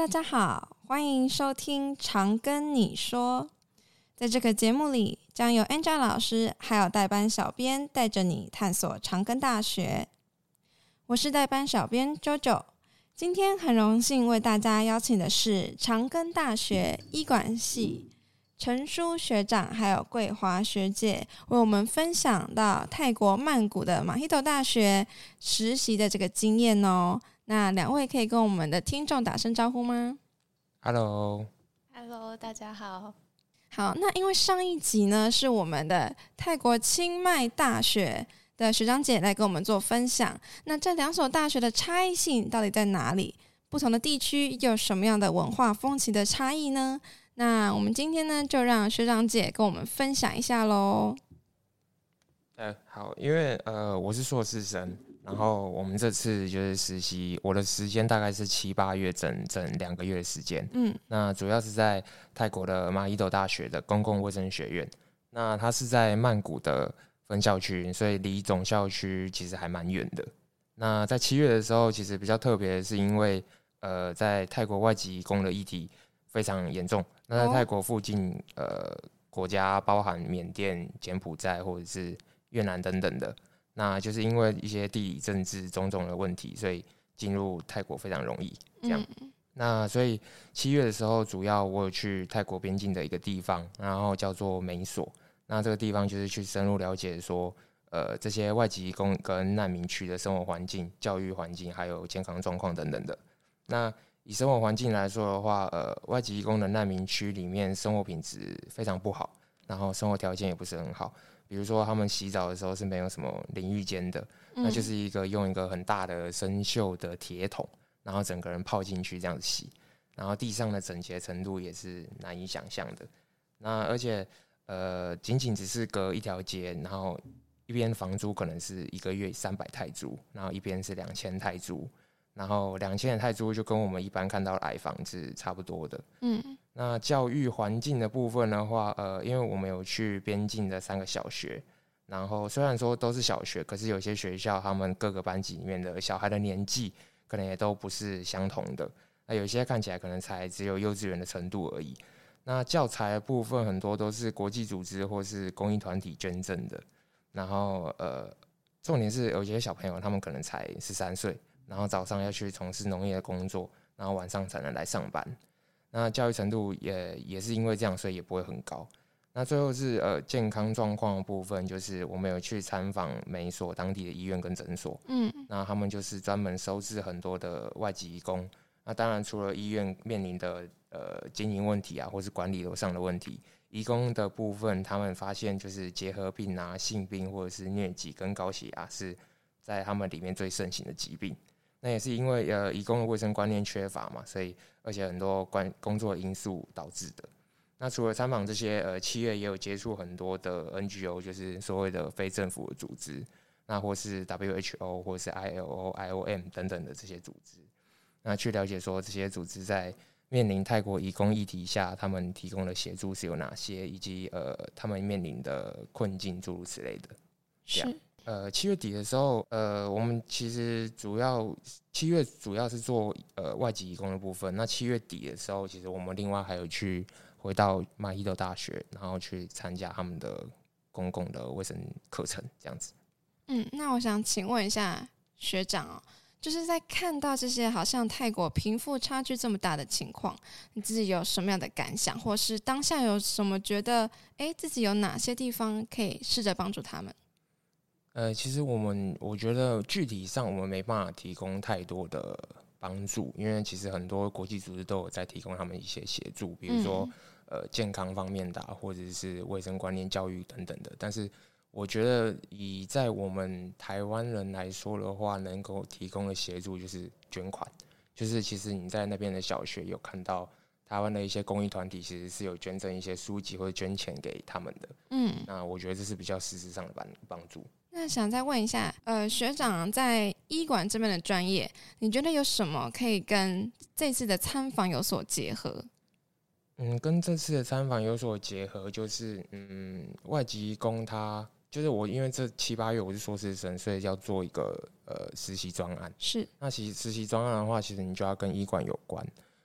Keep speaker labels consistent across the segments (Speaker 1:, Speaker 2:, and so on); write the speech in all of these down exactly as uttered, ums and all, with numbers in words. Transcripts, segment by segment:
Speaker 1: 家好，欢迎收听常跟你说。在这个节目里，将由 Angela 老师还有代班小编带着你探索长庚大学。我是代班小编 JoJo， 今天很荣幸为大家邀请的是长庚大学医管系陈书学长还有桂华学姐，为我们分享到泰国曼谷的马希斗大学实习的这个经验哦。那两位可以跟我们的听众打声招呼吗？
Speaker 2: Hello
Speaker 3: Hello 大家好。
Speaker 1: 好，那因为上一集呢是我们的泰国清迈大学的学长姐来跟我们做分享，那这两所大学的差异性到底在哪里？不同的地区又有什么样的文化风情的差异呢？那我们今天呢就让学长姐跟我们分享一下咯。
Speaker 2: 呃，好，因为呃我是硕士生，然后我们这次就是实习，我的时间大概是七八月整整两个月的时间。嗯，那主要是在泰国的马希斗大学的公共卫生学院，那它是在曼谷的分校区，所以离总校区其实还蛮远的。那在七月的时候，其实比较特别的是因为呃在泰国外籍移工的议题非常严重。那在泰国附近呃国家包含缅甸、柬埔寨或者是越南等等的，那就是因为一些地理政治种种的问题，所以进入泰国非常容易这样。嗯、那所以七月的时候，主要我有去泰国边境的一个地方，然后叫做美索。那这个地方就是去深入了解说，呃，这些外籍移工跟难民区的生活环境、教育环境，还有健康状况等等的。那以生活环境来说的话，呃，外籍移工的难民区里面生活品质非常不好，然后生活条件也不是很好。比如说他们洗澡的时候是没有什么淋浴间的，嗯、那就是一个用一个很大的生锈的铁桶，然后整个人泡进去这样子洗，然后地上的整洁程度也是难以想象的。那而且呃，仅仅只是隔一条街，然后一边房租可能是一个月三百泰铢，然后一边是两千泰铢。然后两千的泰铢就跟我们一般看到的矮房是差不多的。嗯，那教育环境的部分的话，呃，因为我们有去边境的三个小学，然后虽然说都是小学，可是有些学校他们各个班级里面的小孩的年纪可能也都不是相同的。那有些看起来可能才只有幼稚园的程度而已。那教材的部分很多都是国际组织或是公益团体捐赠的。然后呃，重点是有些小朋友他们可能才十三岁。然后早上要去从事农业的工作，然后晚上才能来上班。那教育程度也也是因为这样，所以也不会很高。那最后是呃健康状况的部分，就是我们有去参访每一所当地的医院跟诊所。嗯，那他们就是专门收治很多的外籍移工。那当然除了医院面临的呃经营问题啊，或是管理楼上的问题，移工的部分他们发现就是结核病啊、性病或者是疟疾跟高血压是在他们里面最盛行的疾病。那也是因为呃，移工的卫生观念缺乏嘛，所以而且很多关工作因素导致的。那除了参访这些，呃，七月也有接触很多的 N G O， 就是所谓的非政府的组织，那或是 W H O 或是 I L O、I O M 等等的这些组织，那去了解说这些组织在面临泰国移工议题下，他们提供的协助是有哪些，以及呃他们面临的困境诸如此类的。
Speaker 1: 是。
Speaker 2: 呃，七月底的时候，呃，我们其实主要七月主要是做呃外籍移工的部分。那七月底的时候，其实我们另外还有去回到马希斗大学，然后去参加他们的公共的卫生课程，这样子。
Speaker 1: 嗯，那我想请问一下学长哦，就是在看到这些好像泰国贫富差距这么大的情况，你自己有什么样的感想，或是当下有什么觉得，哎，自己有哪些地方可以试着帮助他们？
Speaker 2: 呃，其实我们我觉得具体上我们没办法提供太多的帮助，因为其实很多国际组织都有在提供他们一些协助，比如说、嗯、呃健康方面的、啊，或者是卫生观念教育等等的。但是我觉得以在我们台湾人来说的话，能够提供的协助就是捐款，就是其实你在那边的小学有看到台湾的一些公益团体其实是有捐赠一些书籍或者捐钱给他们的。嗯，那我觉得这是比较实质上的帮助。
Speaker 1: 那想再问一下，呃，学长在医管这边的专业，你觉得有什么可以跟这次的参访有所结合？
Speaker 2: 嗯，跟这次的参访有所结合，就是嗯，外籍移工他就是我，因为这七八月我是硕士生，所以要做一个呃实习专案。
Speaker 1: 是，
Speaker 2: 那其实实习专案的话，其实你就要跟医管有关。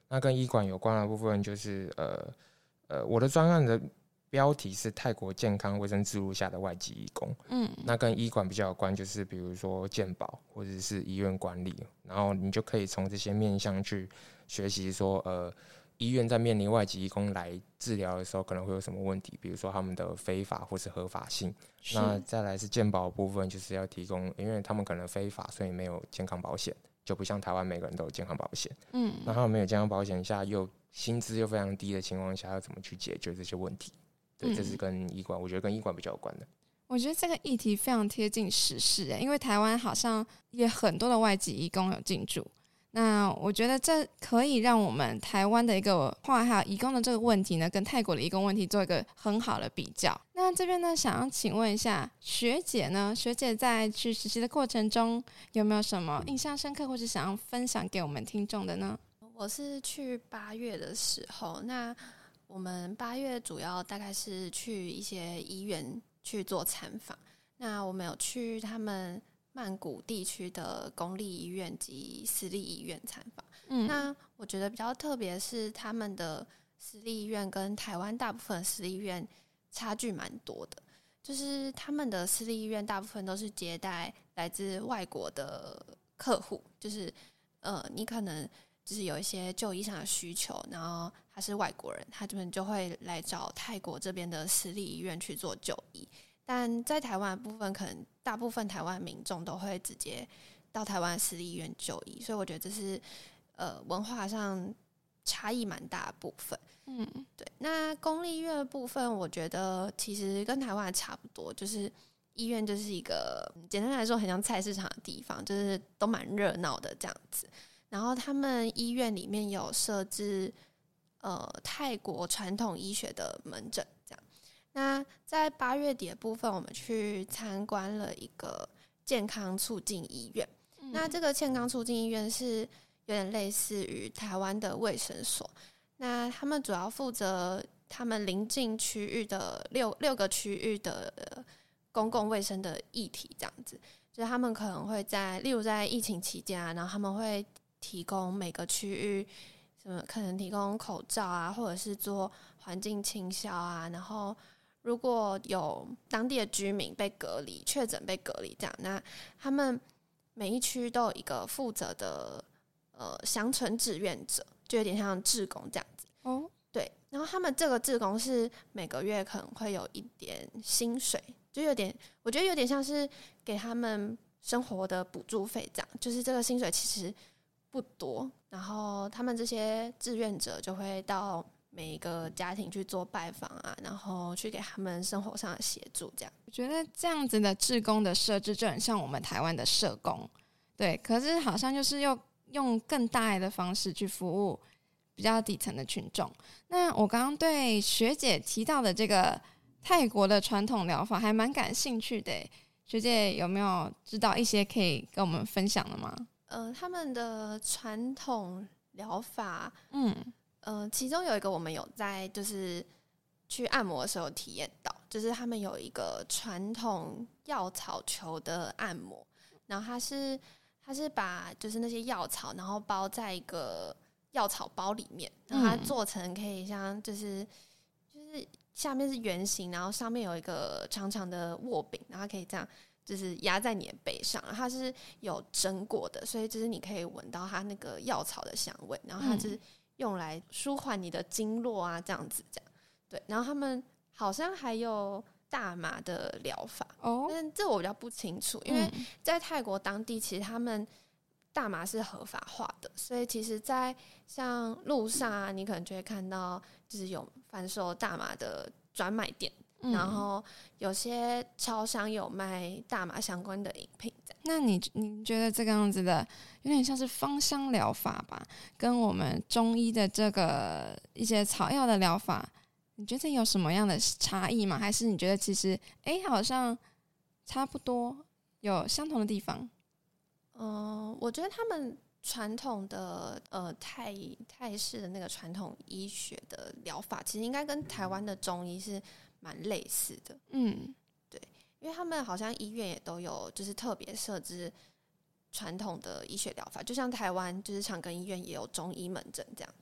Speaker 2: 那跟医管有关的部分就是呃呃，我的专案的标题是泰国健康卫生制度下的外籍移工。嗯，那跟医管比较有关，就是比如说健保或者是医院管理，然后你就可以从这些面向去学习说，呃，医院在面临外籍移工来治疗的时候，可能会有什么问题，比如说他们的非法或是合法性。那再来是健保的部分，就是要提供，因为他们可能非法，所以没有健康保险，就不像台湾每个人都有健康保险。嗯，那他们没有健康保险下，又薪资又非常低的情况下，要怎么去解决这些问题？对，这是跟医管，我觉得跟医管比较有关的。
Speaker 1: 我觉得这个议题非常贴近时事，因为台湾好像也很多的外籍移工有进驻。那我觉得这可以让我们台湾的一个话还有移工的这个问题呢，跟泰国的移工问题做一个很好的比较。那这边呢，想要请问一下学姐呢，学姐在去实习的过程中有没有什么印象深刻，或是想要分享给我们听众的呢？
Speaker 3: 我是去八月的时候，那我们八月主要大概是去一些医院去做参访。那我们有去他们曼谷地区的公立医院及私立医院参访。嗯，那我觉得比较特别是他们的私立医院跟台湾大部分的私立医院差距蛮多的，就是他们的私立医院大部分都是接待来自外国的客户，就是呃，你可能就是有一些就医上的需求，然后他是外国人，他们就会来找泰国这边的私立医院去做就医。但在台湾的部分，可能大部分台湾民众都会直接到台湾私立医院就医，所以我觉得这是呃文化上差异蛮大的部分。嗯，对。那公立医院的部分，我觉得其实跟台湾差不多，就是医院就是一个简单来说很像菜市场的地方，就是都蛮热闹的这样子。然后他们医院里面有设置呃泰国传统医学的门诊这样。那在八月底的部分，我们去参观了一个健康促进医院。嗯、那这个健康促进医院是有点类似于台湾的卫生所。那他们主要负责他们邻近区域的六六个区域的公共卫生的议题，这样子。就是他们可能会在，例如在疫情期间啊，然后他们会提供每个区域什么，可能提供口罩啊，或者是做环境清消啊，然后如果有当地的居民被隔离、确诊被隔离这样，那他们每一区都有一个负责的呃乡村志愿者，就有点像志工这样子。哦，对。然后他们这个志工是每个月可能会有一点薪水，就有点，我觉得有点像是给他们生活的补助费这样，就是这个薪水其实不多，然后他们这些志愿者就会到每一个家庭去做拜访啊，然后去给他们生活上的协助这样。
Speaker 1: 我觉得这样子的志工的设置就很像我们台湾的社工，对，可是好像就是用用更大爱的方式去服务比较底层的群众。那我刚刚对学姐提到的这个泰国的传统疗法还蛮感兴趣的，学姐有没有知道一些可以跟我们分享的吗？
Speaker 3: 呃，他们的传统疗法，嗯，呃，其中有一个我们有在就是去按摩的时候体验到，就是他们有一个传统药草球的按摩，然后它是它是把就是那些药草，然后包在一个药草包里面，然后它做成可以像就是就是下面是圆形，然后上面有一个长长的握柄，然后可以这样就是压在你的背上，它是有蒸过的，所以就是你可以闻到它那个药草的香味，然后它是用来舒缓你的经络啊，这样子这样。对，然后他们好像还有大麻的疗法，哦，但这我比较不清楚，因为在泰国当地其实他们大麻是合法化的，所以其实在像路上啊，你可能就会看到就是有贩售大麻的专卖店，嗯，然后有些超商有卖大麻相关的饮品。
Speaker 1: 那你你觉得这个样子的有点像是芳香疗法吧，跟我们中医的这个一些草药的疗法，你觉得有什么样的差异吗？还是你觉得其实哎好像差不多，有相同的地方？
Speaker 3: 嗯、呃，我觉得他们传统的呃泰泰式的那个传统医学的疗法，其实应该跟台湾的中医是蛮类似的。嗯，对，因为他们好像医院也都有就是特别设置传统的医学疗法，就像台湾就是长庚医院也有中医门诊这样子。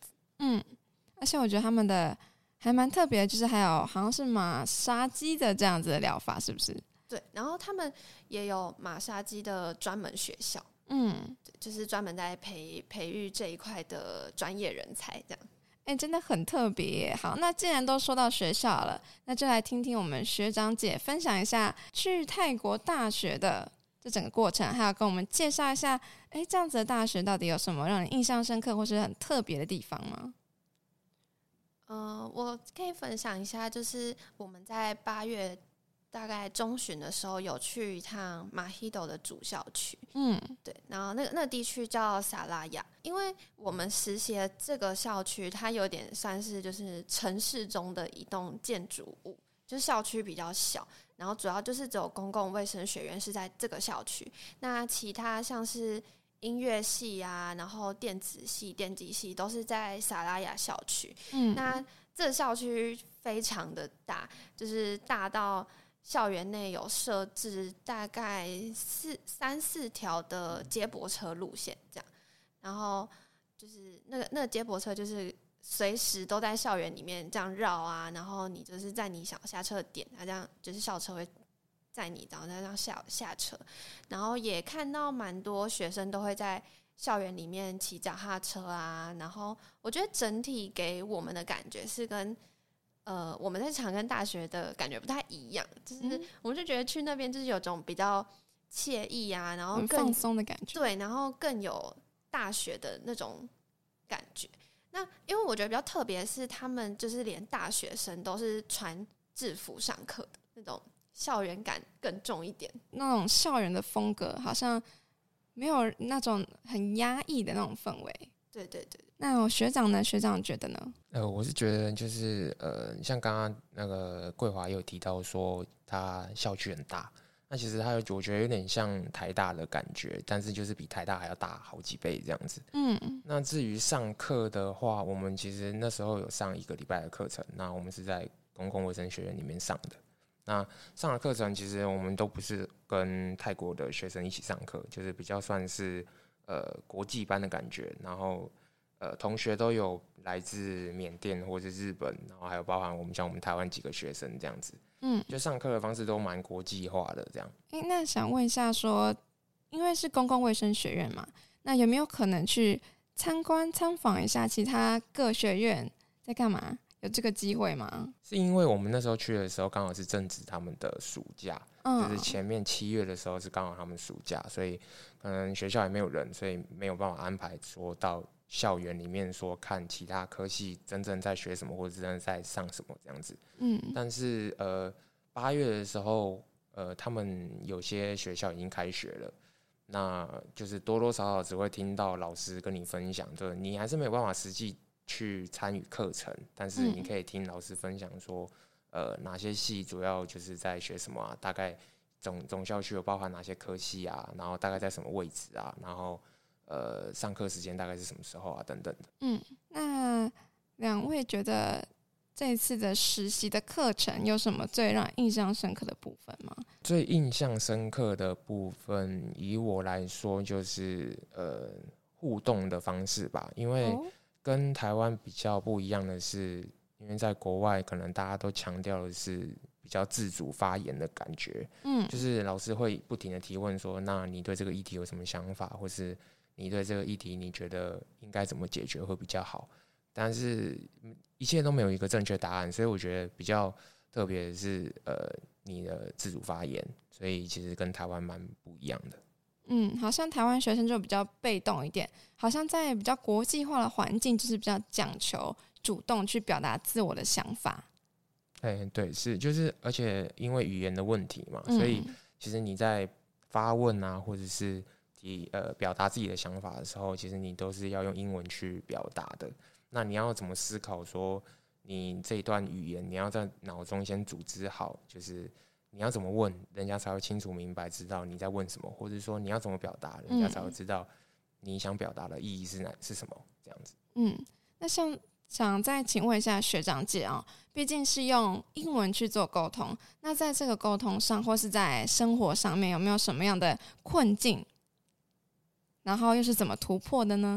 Speaker 1: 嗯，而且我觉得他们的还蛮特别的，就是还有好像是马杀鸡的这样子的疗法，是不是？
Speaker 3: 对，然后他们也有马杀鸡的专门学校，
Speaker 1: 嗯，
Speaker 3: 就是专门在培培育这一块的专业人才，这样。
Speaker 1: 哎、欸，真的很特别耶。好，那既然都说到学校了，那就来听听我们学长姐分享一下去泰国大学的这整个过程，还有跟我们介绍一下，哎、欸，这样子的大学到底有什么让你印象深刻或是很特别的地方吗？
Speaker 3: 呃，我可以分享一下，就是我们在八月大概中旬的时候有去一趟马希斗的主校区，
Speaker 1: 嗯，
Speaker 3: 对，然后那个那个地区叫萨拉雅，因为我们实习的这个校区，它有点算是就是城市中的一栋建筑物，就是校区比较小，然后主要就是只有公共卫生学院是在这个校区，那其他像是音乐系啊，然后电子系、电机系都是在萨拉雅校区。嗯，那这个校区非常的大，就是大到校园内有设置大概四三四条的接驳车路线，这样。然后就是那个那个接驳车就是随时都在校园里面这样绕啊，然后你就是在你想下车的点，它这样就是校车会载你，然后再让下下车，然后也看到蛮多学生都会在校园里面骑脚踏车啊，然后我觉得整体给我们的感觉是跟呃我们在长庚大学的感觉不太一样，就是我们就觉得去那边就是有种比较惬意啊，然后更
Speaker 1: 放松的感觉，
Speaker 3: 对，然后更有大学的那种感觉。那因为我觉得比较特别的是，他们就是连大学生都是穿制服上课的那种。校园感更重一点，
Speaker 1: 那种校园的风格好像没有那种很压抑的那种氛围。
Speaker 3: 对对对。
Speaker 1: 那我学长呢？学长觉得呢？
Speaker 2: 呃，我是觉得就是呃，像刚刚那个桂华有提到说，他校区很大，那其实他有我觉得有点像台大的感觉，但是就是比台大还要大好几倍这样子。嗯。那至于上课的话，我们其实那时候有上一个礼拜的课程，那我们是在公共卫生学院里面上的。那上的课程其实我们都不是跟泰国的学生一起上课，就是比较算是呃国际班的感觉，然后呃同学都有来自缅甸或是日本，然后还有包含我们像我们台湾几个学生这样子，嗯，就上课的方式都蛮国际化的这样。
Speaker 1: 欸，那想问一下说，因为是公共卫生学院嘛，那有没有可能去参观参访一下其他各学院在干嘛？有这个机会吗？
Speaker 2: 是因为我们那时候去的时候刚好是正值他们的暑假，嗯，就是前面七月的时候是刚好他们暑假，所以可能学校也没有人，所以没有办法安排说到校园里面说看其他科系真正在学什么或者真正在上什么这样子。嗯，但是呃八月的时候，呃他们有些学校已经开学了。那就是多多少少只会听到老师跟你分享，就是你还是没有办法实际去参与课程，但是你可以听老师分享说，呃，哪些系主要就是在学什么啊？大概总总校区有包含哪些科系啊？然后大概在什么位置啊？然后呃，上课时间大概是什么时候啊？等等的。
Speaker 1: 嗯，那两位觉得这次的实习的课程有什么最让印象深刻的部分吗？
Speaker 2: 最印象深刻的部分，以我来说就是呃互动的方式吧，因为、哦。跟台湾比较不一样的是，因为在国外可能大家都强调的是比较自主发言的感觉，嗯，就是老师会不停的提问说，那你对这个议题有什么想法，或是你对这个议题你觉得应该怎么解决会比较好？但是一切都没有一个正确答案，所以我觉得比较特别的是，呃，你的自主发言，所以其实跟台湾蛮不一样的。
Speaker 1: 嗯，好像台湾学生就比较被动一点，好像在比较国际化的环境，就是比较讲求主动去表达自我的想法。
Speaker 2: 哎、欸，对，是，就是而且因为语言的问题嘛，所以其实你在发问啊，或者是提呃表达自己的想法的时候，其实你都是要用英文去表达的。那你要怎么思考说你这一段语言，你要在脑中先组织好，就是你要怎么问，人家才会清楚明白知道你在问什么，或者说你要怎么表达，人家才会知道你想表达的意义是哪是什么，这样子。
Speaker 1: 嗯，那像想再请问一下学长姐啊，毕竟是用英文去做沟通，那在这个沟通上或是在生活上面有没有什么样的困境，然后又是怎么突破的呢？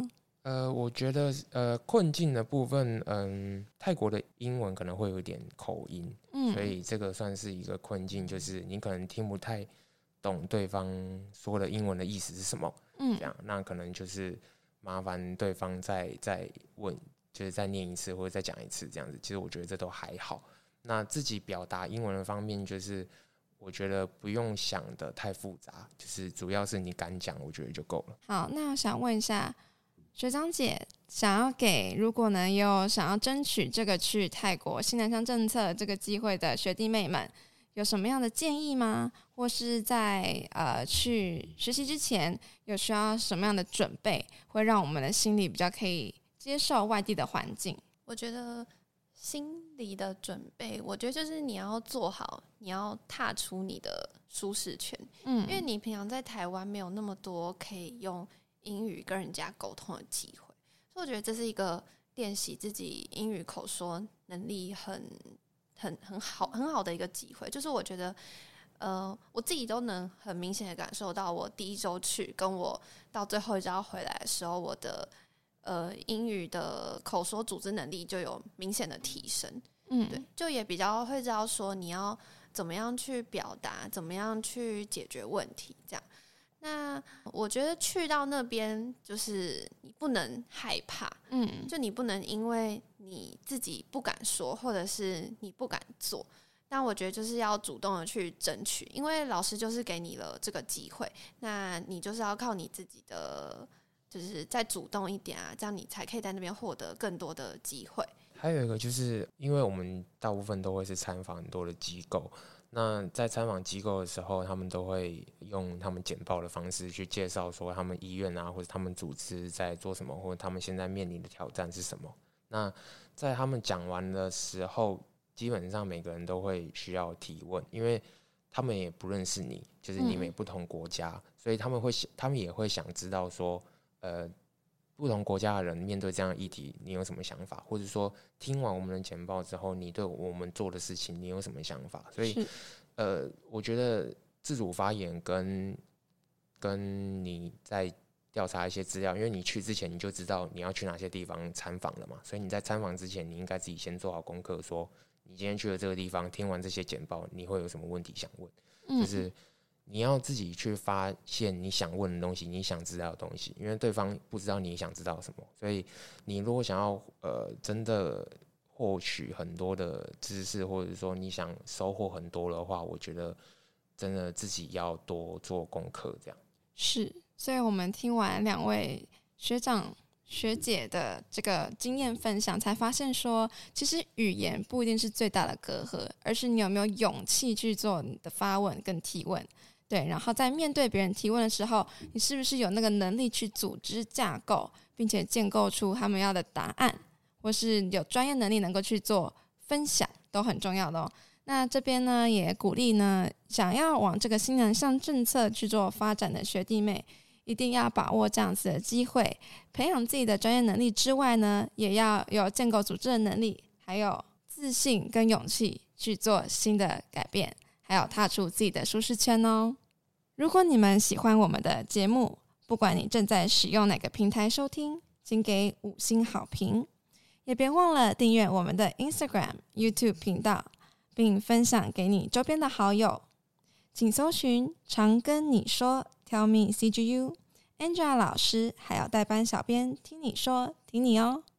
Speaker 2: 呃，我觉得呃困境的部分，嗯，泰国的英文可能会有点口音，嗯，所以这个算是一个困境，就是你可能听不太懂对方说的英文的意思是什么，嗯，这样，那可能就是麻烦对方再再问，就是再念一次或者再讲一次这样子。其实我觉得这都还好。那自己表达英文的方面，就是我觉得不用想的太复杂，就是主要是你敢讲，我觉得就够了。
Speaker 1: 好，那我想问一下学长姐，想要给如果呢有想要争取这个去泰国新南向政策这个机会的学弟妹们，有什么样的建议吗？或是在呃去实习之前有需要什么样的准备，会让我们的心里比较可以接受外地的环境？
Speaker 3: 我觉得心理的准备，我觉得就是你要做好，你要踏出你的舒适圈，嗯，因为你平常在台湾没有那么多可以用英语跟人家沟通的机会，所以我觉得这是一个练习自己英语口说能力很很很好很好的一个机会。就是我觉得，呃，我自己都能很明显的感受到，我第一周去跟我到最后一周要回来的时候，我的呃英语的口说组织能力就有明显的提升。嗯，对，就也比较会知道说你要怎么样去表达，怎么样去解决问题，这样。那我觉得去到那边，就是你不能害怕，嗯，就你不能因为你自己不敢说，或者是你不敢做，但我觉得就是要主动的去争取，因为老师就是给你了这个机会，那你就是要靠你自己的，就是再主动一点啊，这样你才可以在那边获得更多的机会。
Speaker 2: 还有一个就是，因为我们大部分都会是参访很多的机构。那在参访机构的时候，他们都会用他们简报的方式去介绍说他们医院啊，或者他们组织在做什么，或者他们现在面临的挑战是什么。那在他们讲完的时候，基本上每个人都会需要提问，因为他们也不认识你，就是你们也不同国家，嗯、所以他们会他们也会想知道说，呃，不同国家的人面对这样的议题，你有什么想法？或者说，听完我们的简报之后，你对我们做的事情，你有什么想法？所以，呃，我觉得自主发言跟跟你在调查一些资料，因为你去之前你就知道你要去哪些地方参访了嘛，所以你在参访之前，你应该自己先做好功课，说你今天去了这个地方，听完这些简报，你会有什么问题想问？嗯、就是你要自己去发现你想问的东西，你想知道的东西，因为对方不知道你想知道什么，所以你如果想要呃真的获取很多的知识，或者说你想收获很多的话，我觉得真的自己要多做功课，这样。
Speaker 1: 是，所以我们听完两位学长学姐的这个经验分享，才发现说，其实语言不一定是最大的隔阂，而是你有没有勇气去做你的发问跟提问。对，然后在面对别人提问的时候，你是不是有那个能力去组织架构，并且建构出他们要的答案，或是有专业能力能够去做分享，都很重要的哦。那这边呢，也鼓励呢，想要往这个新南向政策去做发展的学弟妹，一定要把握这样子的机会，培养自己的专业能力之外呢，也要有建构组织的能力，还有自信跟勇气去做新的改变，还有踏出自己的舒适圈哦。如果你们喜欢我们的节目，不管你正在使用哪个平台收听，请给五星好评，也别忘了订阅我们的 Instagram、YouTube 频道，并分享给你周边的好友。请搜寻常跟你说 Tell me C G U， Angela 老师还有代班小编听你说听你哦。